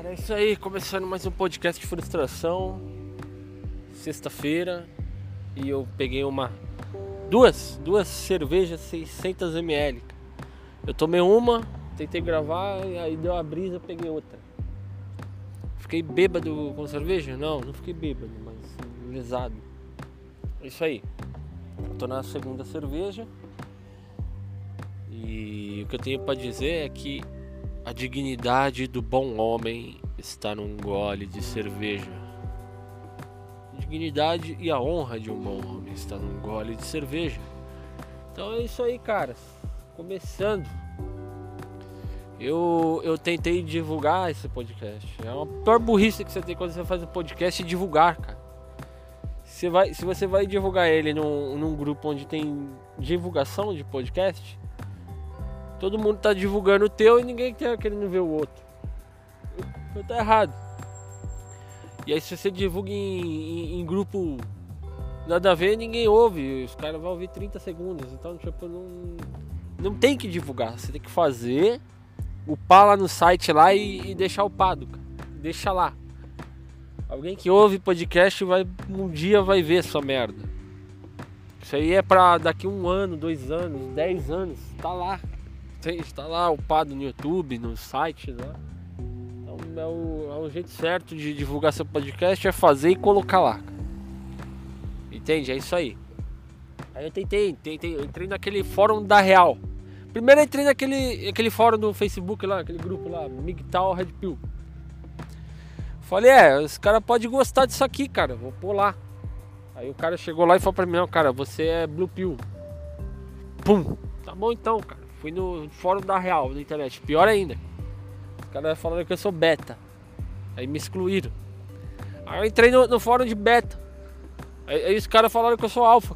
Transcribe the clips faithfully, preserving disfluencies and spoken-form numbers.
É isso aí, começando mais um podcast de frustração. Sexta-feira. E eu peguei uma Duas Duas cervejas seiscentos mililitros. Eu tomei uma, tentei gravar, aí deu a brisa, peguei outra. Fiquei bêbado com cerveja? Não, não fiquei bêbado, mas lesado. É isso aí. Tô na segunda cerveja. E o que eu tenho pra dizer é que a dignidade do bom homem está num gole de cerveja. A dignidade e a honra de um bom homem está num gole de cerveja. Então é isso aí, caras. Começando. Eu, eu tentei divulgar esse podcast. É uma pior burrice que você tem quando você faz um podcast e divulgar, cara. Você vai, se você vai divulgar ele num, num grupo onde tem divulgação de podcast, todo mundo tá divulgando o teu e ninguém tá querendo ver o outro. Então tá errado. E aí se você divulga em, em, em grupo nada a ver, ninguém ouve. Os caras vão ouvir trinta segundos. Então tipo, não, não tem que divulgar. Você tem que fazer, upar lá no site lá e, e deixar upado, cara. Deixa lá. Alguém que ouve podcast vai, um dia vai ver essa merda. Isso aí é pra daqui um ano, dois anos, dez anos. Tá lá. Está lá upado no YouTube, no site lá. Então é o, é o jeito certo de divulgar seu podcast, é fazer e colocar lá. Entende? É isso aí. Aí eu tentei, tentei, eu entrei naquele fórum da Real. Primeiro eu entrei naquele aquele fórum do Facebook lá, aquele grupo lá, M G T O W Red Pill. Falei, é, os caras podem gostar disso aqui, cara, vou pôr lá. Aí o cara chegou lá e falou pra mim, não, cara, você é Blue Pill. Pum, tá bom então, cara. Fui no fórum da Real, na internet, pior ainda. Os caras falaram que eu sou beta. Aí me excluíram. Aí eu entrei no, no fórum de beta. Aí, aí os caras falaram que eu sou alfa.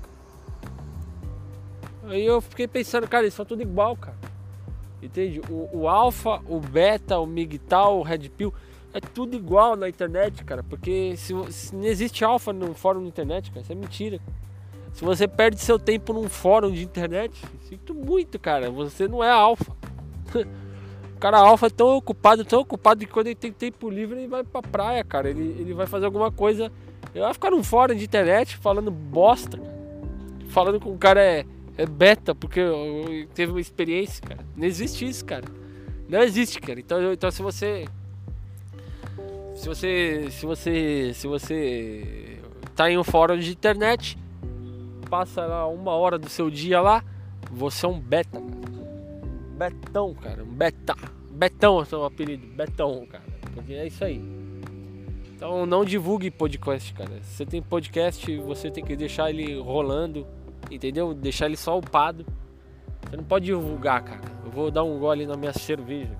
Aí eu fiquei pensando, cara, eles são tudo igual, cara. Entende? O, o alfa, o beta, o M G T O W, o Red Pill, é tudo igual na internet, cara. Porque se, se não existe alfa no fórum na internet, cara, isso é mentira. Se você perde seu tempo num fórum de internet, sinto muito, cara, você não é alfa. O cara alfa é tão ocupado, tão ocupado que quando ele tem tempo livre ele vai pra praia, cara. Ele, ele vai fazer alguma coisa. Ele vai ficar num fórum de internet falando bosta, cara. Falando que o cara é, é beta porque teve uma experiência, cara. Não existe isso, cara. Não existe, cara. Então, então se você... Se você... Se você... Se você tá em um fórum de internet, passa lá uma hora do seu dia lá, você é um beta, cara. Betão, cara, um beta. Betão é o seu apelido, Betão, cara. Porque é isso aí. Então não divulgue podcast, cara. Se você tem podcast, você tem que deixar ele rolando, entendeu? Deixar ele só upado. Você não pode divulgar, cara. Eu vou dar um gole na minha cerveja.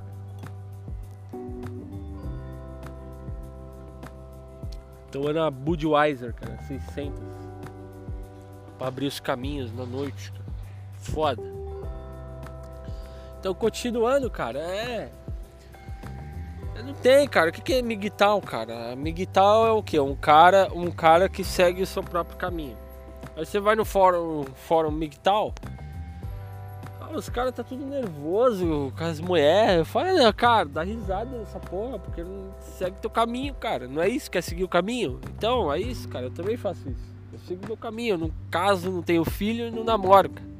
Então era Budweiser, cara, seiscentos. Pra abrir os caminhos na noite, cara. Foda. Então, continuando, cara, é... Não tem, cara. O que é M G T O W, cara? M G T O W é o quê? Um cara, um cara que segue o seu próprio caminho. Aí você vai no fórum, fórum M G T O W, ah, os caras tá tudo nervoso com as mulheres. Eu falo, cara, dá risada nessa porra, porque não segue teu caminho, cara. Não é isso? Quer seguir o caminho? Então, é isso, cara. Eu também faço isso. Eu sigo meu caminho, eu não caso, não tenho filho e não namoro, cara.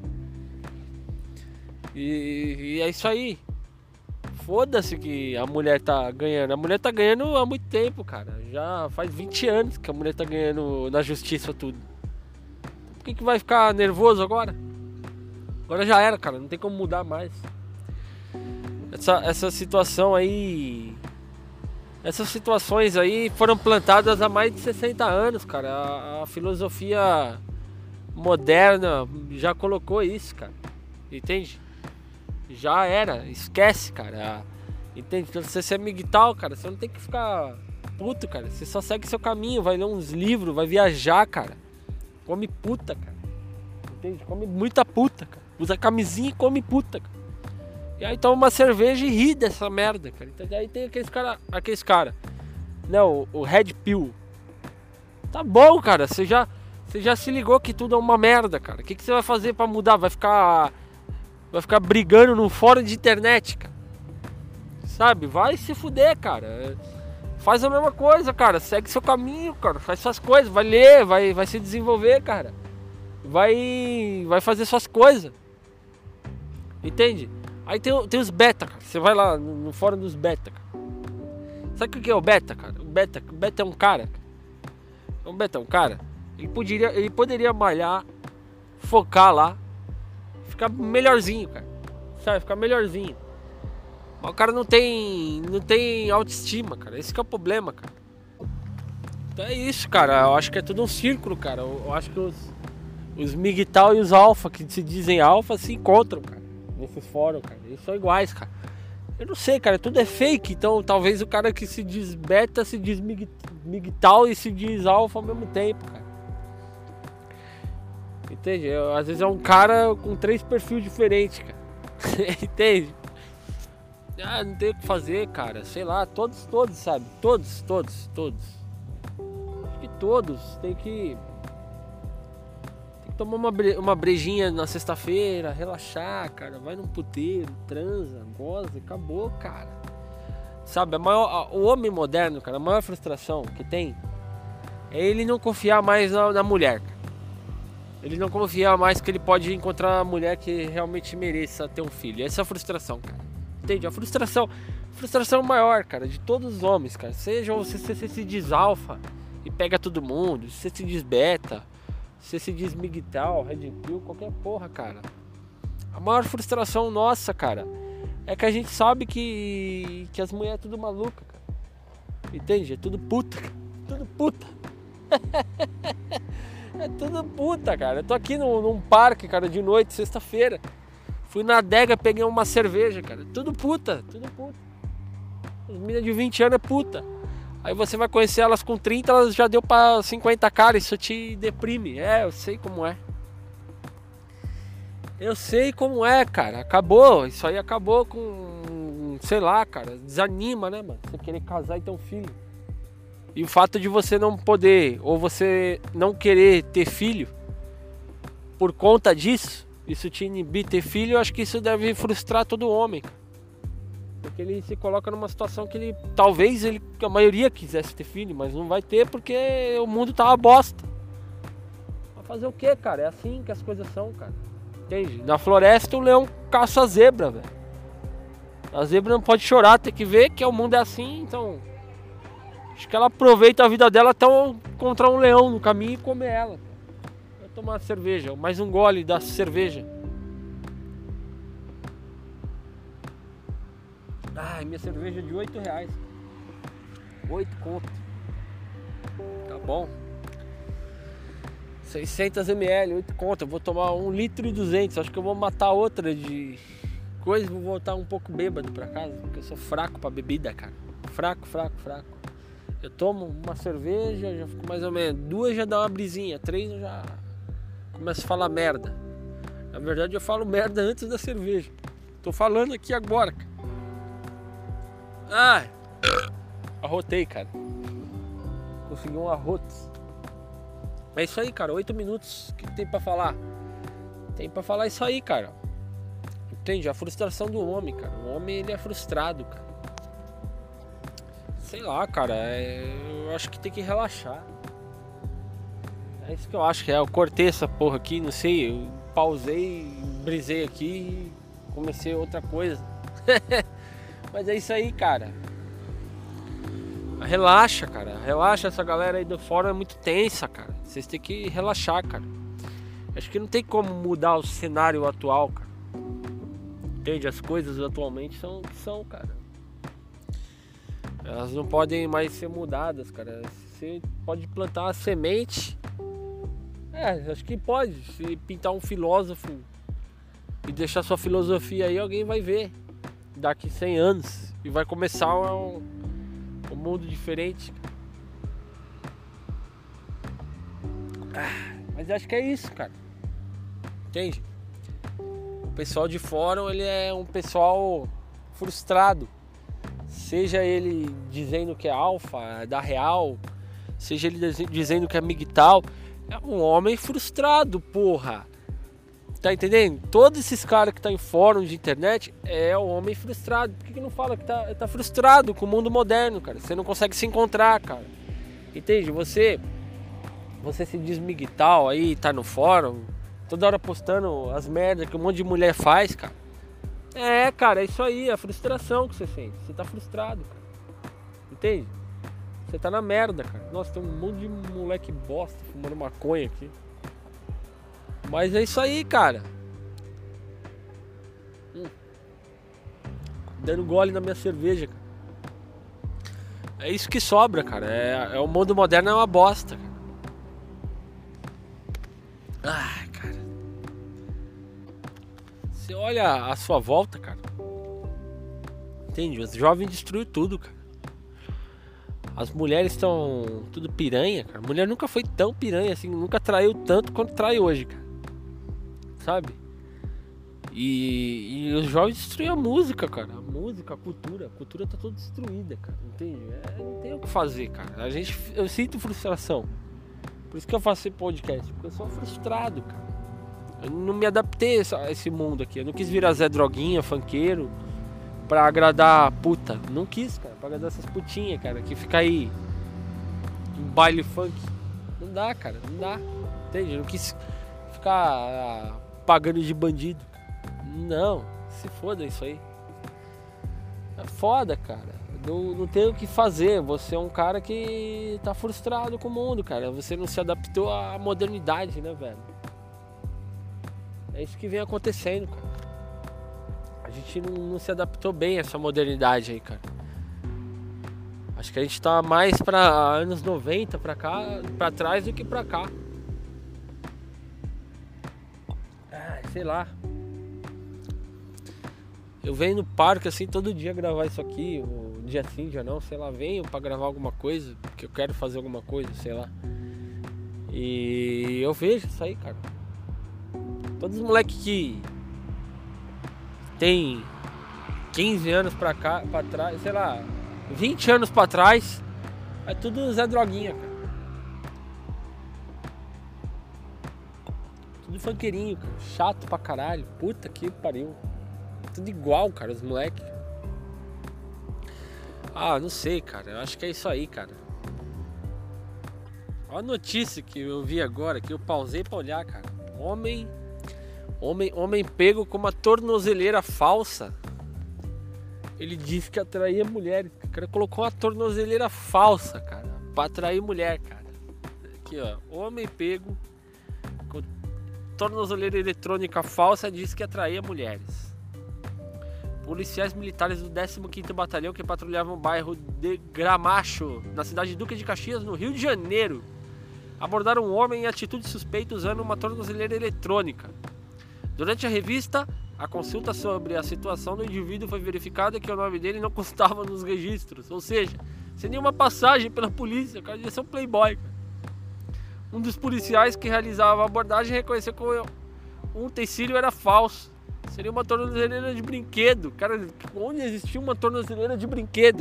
E, e é isso aí. Foda-se que a mulher tá ganhando. A mulher tá ganhando há muito tempo, cara. Já faz vinte anos que a mulher tá ganhando na justiça tudo. Por que que vai ficar nervoso agora? Agora já era, cara. Não tem como mudar mais. Essa, essa situação aí... Essas situações aí foram plantadas há mais de sessenta anos, cara. A, a filosofia moderna já colocou isso, cara. Entende? Já era. Esquece, cara. Entende? Então, se você é M G T O W, cara, você não tem que ficar puto, cara. Você só segue seu caminho, vai ler uns livros, vai viajar, cara. Come puta, cara. Entende? Come muita puta, cara. Usa camisinha e come puta, cara. E aí toma uma cerveja e ri dessa merda, cara. Então aí tem aqueles cara, aqueles cara. Não, o Red Pill. Tá bom, cara. Você já, você já se ligou que tudo é uma merda, cara. O que, que você vai fazer pra mudar? Vai ficar, vai ficar brigando num fórum de internet, cara. Sabe? Vai se fuder, cara. Faz a mesma coisa, cara. Segue seu caminho, cara. Faz suas coisas. Vai ler, vai, vai se desenvolver, cara. Vai, vai fazer suas coisas. Entende? Aí tem, tem os beta, cara. Você vai lá no, no fórum dos beta, cara. Sabe o que é o beta, cara? O beta, o beta é um cara. O beta é um cara. Ele poderia, ele poderia malhar, focar lá, ficar melhorzinho, cara. Sabe? Ficar melhorzinho. Mas o cara não tem, não tem autoestima, cara. Esse que é o problema, cara. Então é isso, cara. Eu acho que é tudo um círculo, cara. Eu, eu acho que os, os migtal e os alfa, que se dizem alfa, se encontram, cara. Nesses fóruns, cara. Eles são iguais, cara. Eu não sei, cara. Tudo é fake. Então talvez o cara que se diz beta se diz migtal e se diz alfa ao mesmo tempo, cara. Entende? Eu, às vezes é um cara com três perfis diferentes, cara. Entende? Ah, não tem o que fazer, cara. Sei lá, todos, todos, sabe? Todos, todos, todos. Acho que todos tem que. Tem que tomar uma, bre... uma brejinha na sexta-feira, relaxar, cara. Vai num puteiro, transa, goza, acabou, cara. Sabe, a maior... o homem moderno, cara, a maior frustração que tem é ele não confiar mais na, na mulher, cara. Ele não confia mais que ele pode encontrar uma mulher que realmente mereça ter um filho. Essa é a frustração, cara. Entende? A frustração, a frustração maior, cara, de todos os homens, cara. Seja você, você se diz alfa e pega todo mundo, você se diz beta, você se diz migtal, red pill, qualquer porra, cara. A maior frustração nossa, cara, é que a gente sabe que, que as mulheres é tudo maluca, cara. Entende? É tudo puta, cara. Tudo puta. É tudo puta, cara. Eu tô aqui num, num parque, cara, de noite, sexta-feira. Fui na adega, peguei uma cerveja, cara. Tudo puta, tudo puta. As meninas de vinte anos é puta. Aí você vai conhecer elas com trinta, elas já deu pra cinquenta, cara. Isso te deprime. É, eu sei como é. Eu sei como é, cara. Acabou. Isso aí acabou com... Sei lá, cara. Desanima, né, mano? Você querer casar e ter um filho. E o fato de você não poder, ou você não querer ter filho, por conta disso, isso te inibir ter filho, eu acho que isso deve frustrar todo homem. Porque ele se coloca numa situação que ele, talvez ele, a maioria quisesse ter filho, mas não vai ter porque o mundo tá uma bosta. Vai fazer o que, cara? É assim que as coisas são, cara. Entende? Na floresta o leão caça a zebra, velho. A zebra não pode chorar, tem que ver que o mundo é assim, então... Acho que ela aproveita a vida dela até encontrar um leão no caminho e comer ela. Vai tomar cerveja, mais um gole da cerveja. Ai, minha cerveja é de oito reais. oito conto. Tá bom. seiscentos mililitros, oito conto. Eu vou tomar um litro e duzentos. Acho que eu vou matar outra de coisa e vou voltar um pouco bêbado pra casa. Porque eu sou fraco pra bebida, cara. Fraco, fraco, fraco. Eu tomo uma cerveja, já fico mais ou menos. Duas já dá uma brisinha, três eu já começo a falar merda. Na verdade eu falo merda antes da cerveja. Tô falando aqui agora, cara. Ai, arrotei, cara. Consegui um arroto. É isso aí, cara. Oito minutos. O que tem pra falar? Tem pra falar isso aí, cara. Entende? A frustração do homem, cara. O homem, ele é frustrado, cara. Sei lá, cara, é... eu acho que tem que relaxar. É isso que eu acho que é. Eu cortei essa porra aqui, não sei, eu pausei, brisei aqui e comecei outra coisa. Mas é isso aí, cara. Relaxa, cara. Relaxa, essa galera aí do fórum é muito tensa, cara. Vocês têm que relaxar, cara. Acho que não tem como mudar o cenário atual, cara. Entende? As coisas atualmente são o que são, cara. Elas não podem mais ser mudadas, cara. Você pode plantar a semente. É, acho que pode. Se pintar um filósofo e deixar sua filosofia aí, alguém vai ver daqui cem anos. E vai começar um, um mundo diferente. Ah, mas acho que é isso, cara. Entende? O pessoal de fórum, ele é um pessoal frustrado. Seja ele dizendo que é alfa, da real, seja ele dizendo que é migtal, é um homem frustrado, porra. Tá entendendo? Todos esses caras que tá em fórum de internet é o homem frustrado. Por que, que não fala que tá, tá frustrado com o mundo moderno, cara? Você não consegue se encontrar, cara. Entende? Você Você se diz migtal aí, tá no fórum, toda hora postando as merdas que um monte de mulher faz, cara. É, cara, é isso aí, é a frustração que você sente. Você tá frustrado, cara. Entende? Você tá na merda, cara. Nossa, tem um monte de moleque bosta fumando maconha aqui. Mas é isso aí, cara. Hum. Dando gole na minha cerveja, cara. É isso que sobra, cara. É, é o mundo moderno é uma bosta, cara. Ah, cara. Você olha a sua volta, cara. Entende? Os jovens destruem tudo, cara. As mulheres estão tudo piranha, cara. A mulher nunca foi tão piranha assim, nunca traiu tanto quanto trai hoje, cara. Sabe? E, e os jovens destruem a música, cara. A música, a cultura. A cultura tá toda destruída, cara. Entende? É, não tem o que fazer, cara. A gente, eu sinto frustração. Por isso que eu faço esse podcast. Porque eu sou frustrado, cara. Eu não me adaptei a esse mundo aqui. Eu não quis virar Zé Droguinha, funkeiro, pra agradar a puta. Não quis, cara. Pra agradar essas putinhas, cara. Que fica aí em baile funk. Não dá, cara. Não dá. Entende? Eu não quis ficar ah, pagando de bandido. Não. Se foda isso aí. É foda, cara. Não, não tem o que fazer. Você é um cara que tá frustrado com o mundo, cara. Você não se adaptou à modernidade, né, velho? É isso que vem acontecendo, cara. A gente não, não se adaptou bem a essa modernidade aí, cara. Acho que a gente tá mais pra anos noventa pra cá, pra trás do que pra cá. Ah, sei lá. Eu venho no parque assim todo dia gravar isso aqui, um dia sim, dia não, sei lá, venho pra gravar alguma coisa, porque eu quero fazer alguma coisa, sei lá. E eu vejo isso aí, cara. Todos os moleques que tem quinze anos pra cá, pra trás, sei lá, vinte anos pra trás, é tudo Zé Droguinha, cara. Tudo funkeirinho, cara. Chato pra caralho. Puta que pariu. Tudo igual, cara, os moleques. Ah, não sei, cara. Eu acho que é isso aí, cara. Olha a notícia que eu vi agora, que eu pausei pra olhar, cara. Homem, homem, homem pego com uma tornozeleira falsa. Ele disse que atraía mulheres. O cara colocou uma tornozeleira falsa, cara, pra atrair mulher, cara. Aqui, ó. Homem pego com tornozeleira eletrônica falsa disse que atraía mulheres. Policiais militares do décimo quinto Batalhão que patrulhavam o bairro de Gramacho, na cidade de Duque de Caxias, no Rio de Janeiro, abordaram um homem em atitude suspeita usando uma tornozeleira eletrônica. Durante a revista, a consulta sobre a situação do indivíduo foi verificada que o nome dele não constava nos registros, ou seja, sem nenhuma passagem pela polícia. O cara devia ser um playboy, cara. Um dos policiais que realizava a abordagem reconheceu que um utensílio era falso. Seria uma tornozeleira de brinquedo. Cara, onde existia uma tornozeleira de brinquedo,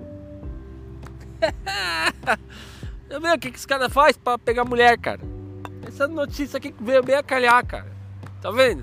cara? Eu vejo o que, que esse cara faz pra pegar mulher, cara. Essa notícia aqui veio bem a calhar, cara. Tá vendo?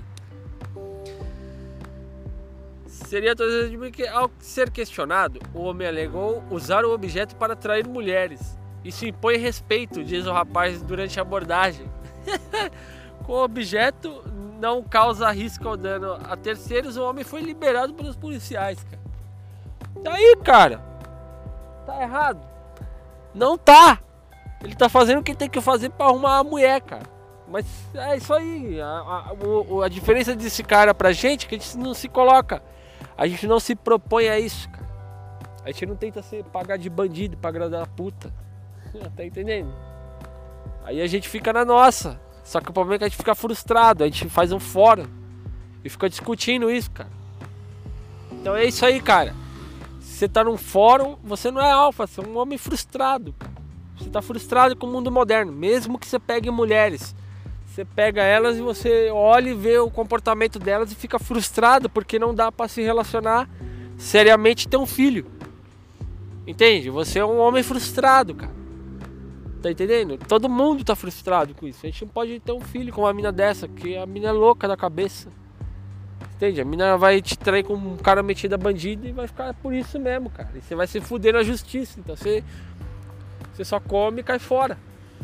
Seria tornozeleira de brinquedo. Ao ser questionado, o homem alegou usar o objeto para atrair mulheres. Isso impõe respeito, diz o rapaz durante a abordagem. Com o objeto não causa risco ou dano a terceiros, o homem foi liberado pelos policiais, cara. Tá aí, cara. Tá errado. Não tá. Ele tá fazendo o que tem que fazer pra arrumar a mulher, cara. Mas é isso aí. A, a, a diferença desse cara pra gente é que a gente não se coloca. A gente não se propõe a isso, cara. A gente não tenta se pagar de bandido pra agradar a puta. Tá entendendo? Aí a gente fica na nossa. Só que o problema é que a gente fica frustrado. A gente faz um fórum e fica discutindo isso, cara. Então é isso aí, cara. Se você tá num fórum, você não é alfa, você é um homem frustrado, cara. Você tá frustrado com o mundo moderno. Mesmo que você pegue mulheres, você pega elas e você olha e vê o comportamento delas e fica frustrado porque não dá pra se relacionar seriamente e ter um filho. Entende? Você é um homem frustrado, cara. Tá entendendo? Todo mundo tá frustrado com isso. A gente não pode ter um filho com uma mina dessa, que a mina é louca da cabeça. Entende? A mina vai te trair com um cara metido a bandido e vai ficar por isso mesmo, cara. E você vai se fuder na justiça. Então você, você só come e cai fora.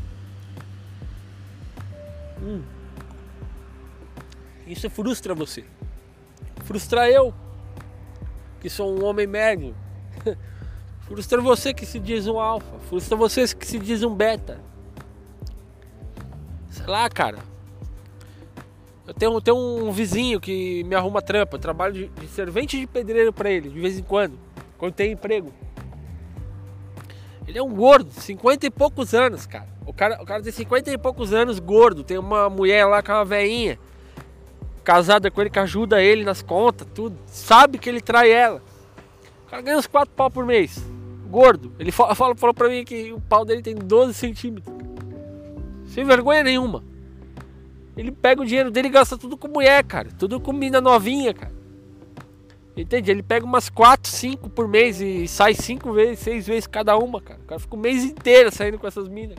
Hum. Isso frustra você. Frustra eu, que sou um homem médio. Frustra você que se diz um alfa. Frustra você que se diz um beta. Sei lá, cara. Eu tenho, tenho um vizinho que me arruma trampa. Eu trabalho de, de servente de pedreiro pra ele, de vez em quando. Quando tem emprego. Ele é um gordo, cinquenta e poucos anos, cara. O cara, o cara tem cinquenta e poucos anos, gordo. Tem uma mulher lá com uma veinha, casada com ele, que ajuda ele nas contas, tudo. Sabe que ele trai ela. O cara ganha uns quatro pau por mês. Gordo. Ele fala, fala, falou pra mim que o pau dele tem doze centímetros. Sem vergonha nenhuma. Ele pega o dinheiro dele e gasta tudo com mulher, cara. Tudo com mina novinha, cara. Entende? Ele pega umas quatro, cinco por mês e sai cinco vezes, seis vezes cada uma, cara. O cara fica o mês inteiro saindo com essas minas.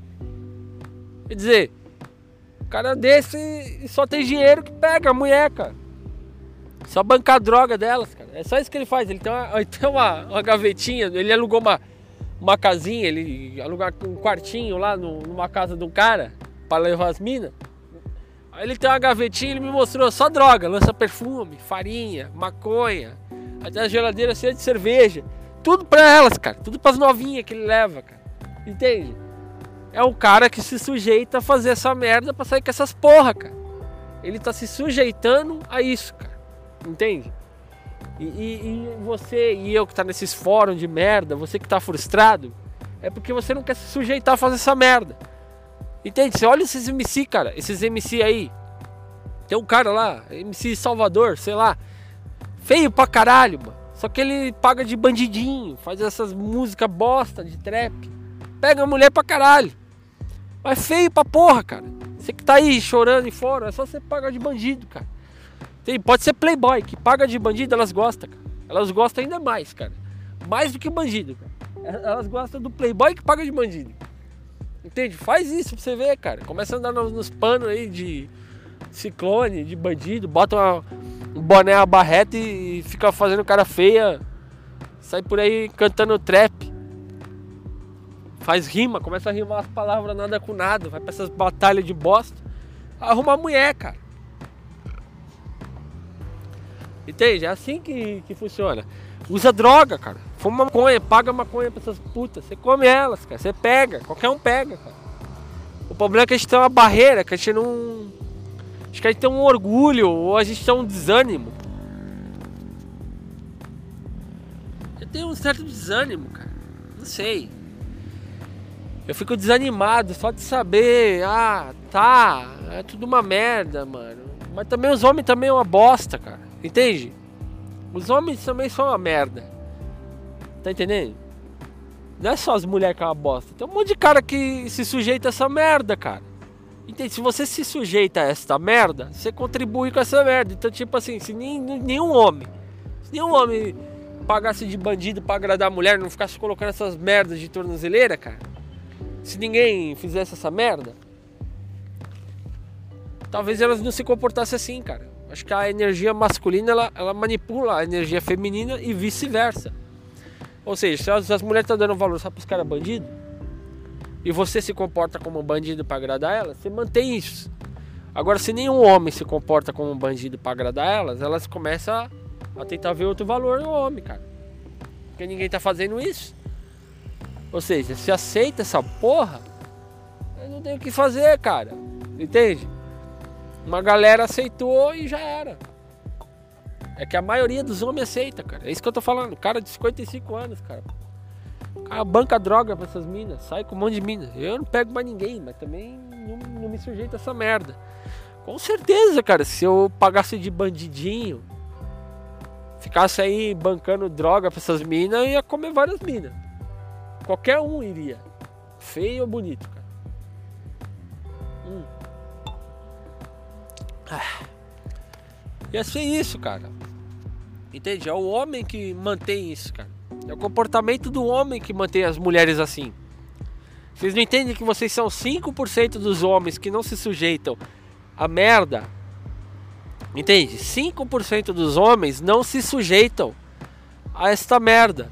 Quer dizer, o cara desse só tem dinheiro que pega a mulher, cara. Só bancar a droga delas, cara. É só isso que ele faz. Ele tem uma, ele tem uma, uma gavetinha. Ele alugou uma, uma casinha. Ele alugou um quartinho lá no, numa casa de um cara pra levar as minas. Aí ele tem uma gavetinha e ele me mostrou só droga. Lança perfume, farinha, maconha. Até a geladeira cheia de cerveja. Tudo pra elas, cara. Tudo pras novinhas que ele leva, cara. Entende? É um cara que se sujeita a fazer essa merda pra sair com essas porra, cara. Ele tá se sujeitando a isso, cara. Entende? E, e, e você e eu que tá nesses fóruns de merda, você que tá frustrado, é porque você não quer se sujeitar a fazer essa merda. Entende? Você olha esses M C, cara, esses M C aí. Tem um cara lá, M C Salvador, sei lá, feio pra caralho, mano. Só que ele paga de bandidinho, faz essas músicas bosta de trap. Pega a mulher pra caralho. Mas feio pra porra, cara. Você que tá aí chorando em fora, é só você pagar de bandido, cara. Tem, pode ser playboy, que paga de bandido, elas gostam, cara. Elas gostam ainda mais, cara. Mais do que bandido, cara. Elas gostam do playboy que paga de bandido. Entende? Faz isso pra você ver, cara. Começa a andar nos, nos panos aí de ciclone, de bandido. Bota uma, um boné, a barreta e, e fica fazendo cara feia. Sai por aí cantando trap. Faz rima, começa a rimar as palavras nada com nada. Vai pra essas batalhas de bosta. Arruma mulher, cara. Entende? É assim que, que funciona. Usa droga, cara. Fuma maconha, paga maconha pra essas putas. Você come elas, cara. Você pega. Qualquer um pega, cara. O problema é que a gente tem uma barreira, que a gente não... Acho que a gente tem um orgulho, ou a gente tem um desânimo. Eu tenho um certo desânimo, cara. Não sei. Eu fico desanimado só de saber. Ah, tá. É tudo uma merda, mano. Mas também os homens também é uma bosta, cara. Entende? Os homens também são uma merda. Tá entendendo? Não é só as mulheres que é uma bosta. Tem um monte de cara que se sujeita a essa merda, cara. Entende? Se você se sujeita a essa merda, você contribui com essa merda. Então, tipo assim, se nem, nenhum homem Se nenhum homem pagasse de bandido pra agradar a mulher, não ficasse colocando essas merdas de tornozeleira, cara. Se ninguém fizesse essa merda, talvez elas não se comportassem assim, cara. Acho que a energia masculina, ela, ela manipula a energia feminina e vice-versa. Ou seja, se as, as mulheres estão dando valor só pros caras bandidos, e você se comporta como um bandido pra agradar elas, você mantém isso. Agora, se nenhum homem se comporta como um bandido pra agradar elas, elas começam a, a tentar ver outro valor no homem, cara. Porque ninguém tá fazendo isso. Ou seja, se aceita essa porra, eu não tenho o que fazer, cara. Entende? Uma galera aceitou e já era. É que a maioria dos homens aceita, cara. É isso que eu tô falando. Cara de cinquenta e cinco anos, cara. O cara banca droga pra essas minas. Sai com um monte de mina. Eu não pego mais ninguém, mas também não, não me sujeito a essa merda. Com certeza, cara. Se eu pagasse de bandidinho, ficasse aí bancando droga pra essas minas, eu ia comer várias minas. Qualquer um iria. Feio ou bonito, cara. Hum. Ah. Ia ser isso, cara. Entende? É o homem que mantém isso, cara. É o comportamento do homem que mantém as mulheres assim. Vocês não entendem que vocês são cinco por cento dos homens que não se sujeitam a merda? Entende? cinco por cento dos homens não se sujeitam a esta merda.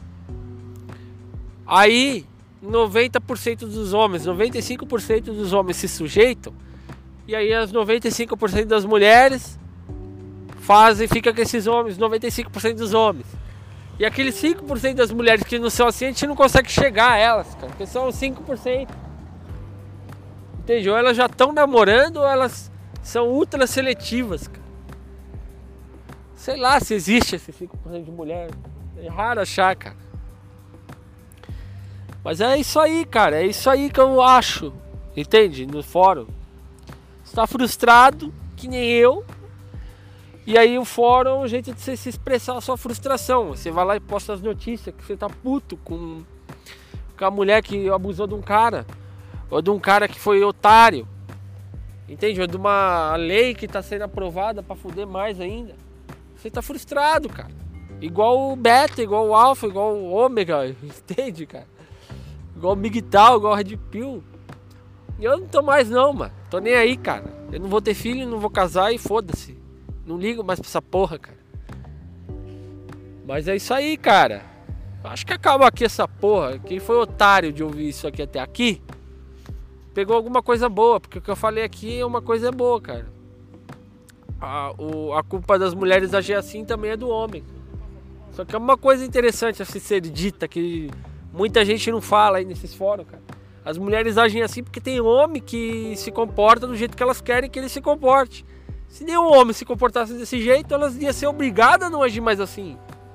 Aí, noventa por cento dos homens, noventa e cinco por cento dos homens se sujeitam. E aí as noventa e cinco por cento das mulheres fazem, fica com esses homens, noventa e cinco por cento dos homens. E aqueles cinco por cento das mulheres que não são assim, a gente não consegue chegar a elas, cara, porque são cinco por cento. Entende? Ou elas já estão namorando, ou elas são ultra seletivas, cara. Sei lá se existe esse cinco por cento de mulher. É raro achar, cara. Mas é isso aí, cara. É isso aí que eu acho. Entende? No fórum. Você tá frustrado, que nem eu. E aí o fórum é um jeito de você se expressar a sua frustração. Você vai lá e posta as notícias que você tá puto com, com a mulher que abusou de um cara. Ou de um cara que foi otário. Entende? Ou de uma lei que tá sendo aprovada pra fuder mais ainda. Você tá frustrado, cara. Igual o beta, igual o alfa, igual o ômega. Entende, cara? Igual o migtal, igual o red pill. E eu não tô mais não, mano. Tô nem aí, cara. Eu não vou ter filho, não vou casar e foda-se. Não ligo mais pra essa porra, cara. Mas é isso aí, cara. Acho que acaba aqui essa porra. Quem foi otário de ouvir isso aqui até aqui, pegou alguma coisa boa. Porque o que eu falei aqui é uma coisa boa, cara. A, o, a culpa das mulheres agir assim também é do homem. Só que é uma coisa interessante a se ser dita, que muita gente não fala aí nesses fóruns, cara. As mulheres agem assim porque tem homem que se comporta do jeito que elas querem que ele se comporte. Se nenhum homem se comportasse desse jeito, elas iam ser obrigadas a não agir mais assim.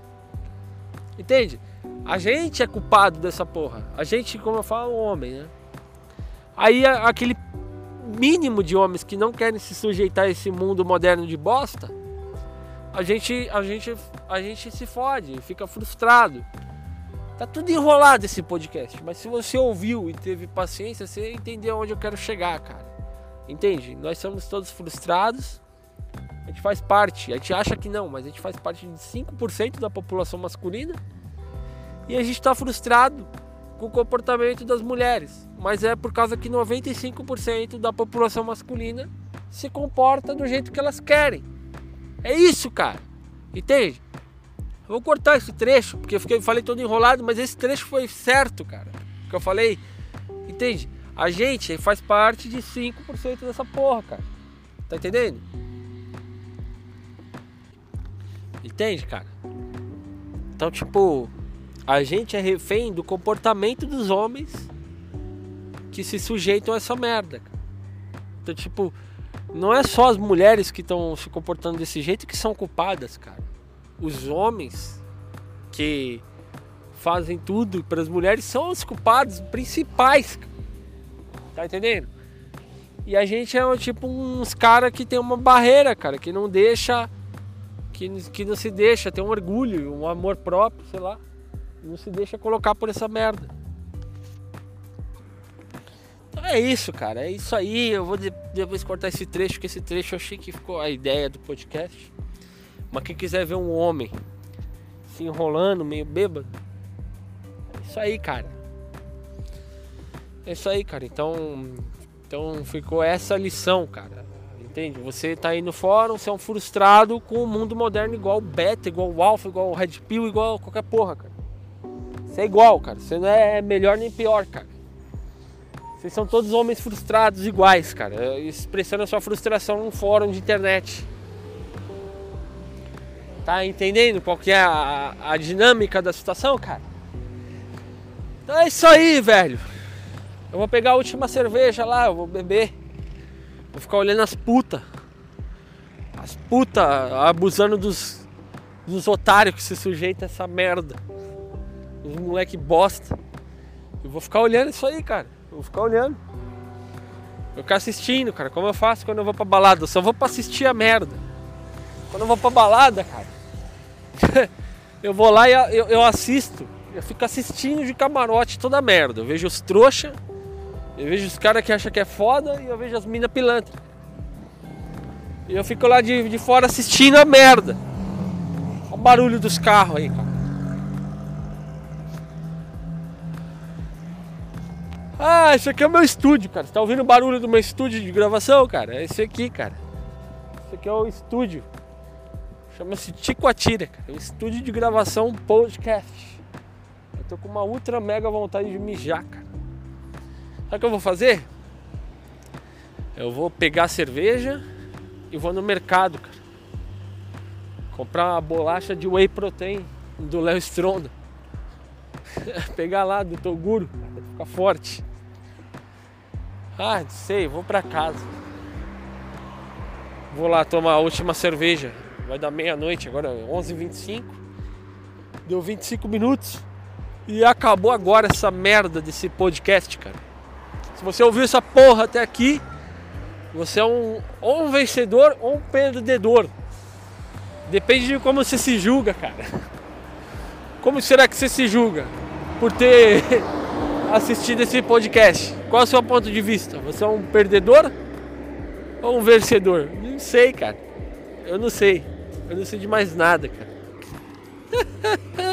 Entende? A gente é culpado dessa porra. A gente, como eu falo, o homem, né? Aí aquele mínimo de homens que não querem se sujeitar a esse mundo moderno de bosta, a gente, a gente, a gente se fode, fica frustrado. Tá tudo enrolado esse podcast, mas se você ouviu e teve paciência, você entendeu onde eu quero chegar, cara. Entende? Nós somos todos frustrados. A gente faz parte, a gente acha que não, mas a gente faz parte de cinco por cento da população masculina. E a gente tá frustrado com o comportamento das mulheres. Mas é por causa que noventa e cinco por cento da população masculina se comporta do jeito que elas querem. É isso, cara. Entende? Eu vou cortar esse trecho, porque eu fiquei, falei todo enrolado, mas esse trecho foi certo, cara. O que eu falei, entende? A gente faz parte de cinco por cento dessa porra, cara. Tá entendendo? Entende, cara? Então, tipo, a gente é refém do comportamento dos homens que se sujeitam a essa merda, cara. Então, tipo, não é só as mulheres que estão se comportando desse jeito que são culpadas, cara. Os homens que fazem tudo para as mulheres são os culpados principais, cara. Tá entendendo? E a gente é tipo uns caras que tem uma barreira, cara, que não deixa, que, que não se deixa, tem um orgulho, um amor próprio, sei lá, não se deixa colocar por essa merda. Então é isso, cara, é isso aí. Eu vou depois cortar esse trecho, porque esse trecho eu achei que ficou a ideia do podcast. Mas quem quiser ver um homem se enrolando, meio bêbado, é isso aí, cara. É isso aí, cara. Então, então ficou essa lição, cara. Entende? Você tá aí no fórum, você é um frustrado com o mundo moderno igual o beta, igual o alfa, igual o red pill, igual qualquer porra, cara. Você é igual, cara. Você não é melhor nem pior, cara. Vocês são todos homens frustrados iguais, cara. Expressando a sua frustração num fórum de internet. Tá entendendo qual que é a, a dinâmica da situação, cara? Então é isso aí, velho. Eu vou pegar a última cerveja lá, eu vou beber. Vou ficar olhando as putas. As putas abusando dos, dos otários que se sujeitam a essa merda. Os moleque bosta. Eu vou ficar olhando isso aí, cara. Eu vou ficar olhando. Eu vou ficar assistindo, cara. Como eu faço quando eu vou pra balada? Eu só vou pra assistir a merda. Quando eu vou pra balada, cara, eu vou lá e eu, eu assisto. Eu fico assistindo de camarote toda a merda. Eu vejo os trouxa, eu vejo os caras que acham que é foda, e eu vejo as minas pilantras. E eu fico lá de, de fora assistindo a merda. Olha o barulho dos carros aí, cara. Ah, esse aqui é o meu estúdio, cara. Você tá ouvindo o barulho do meu estúdio de gravação, cara? É esse aqui, cara. Tá ouvindo o barulho do meu estúdio de gravação, cara? É esse aqui, cara. Esse aqui, cara. Esse aqui é o estúdio. Chama-se Ticoatira, cara. É um estúdio de gravação podcast. Eu tô com uma ultra mega vontade de mijar, cara. Sabe o que eu vou fazer? Eu vou pegar a cerveja e vou no mercado, cara. Comprar uma bolacha de whey protein do Léo Stronda. Pegar lá do Toguro, ficar forte. Ah, não sei, vou pra casa. Vou lá tomar a última cerveja. Vai dar meia-noite, agora onze e vinte e cinco. Deu vinte e cinco minutos. E acabou agora essa merda desse podcast, cara. Se você ouviu essa porra até aqui, você é um, ou um vencedor ou um perdedor. Depende de como você se julga, cara. Como será que você se julga por ter assistido esse podcast? Qual é o seu ponto de vista? Você é um perdedor ou um vencedor? Não sei, cara. Eu não sei. Eu não sei de mais nada, cara.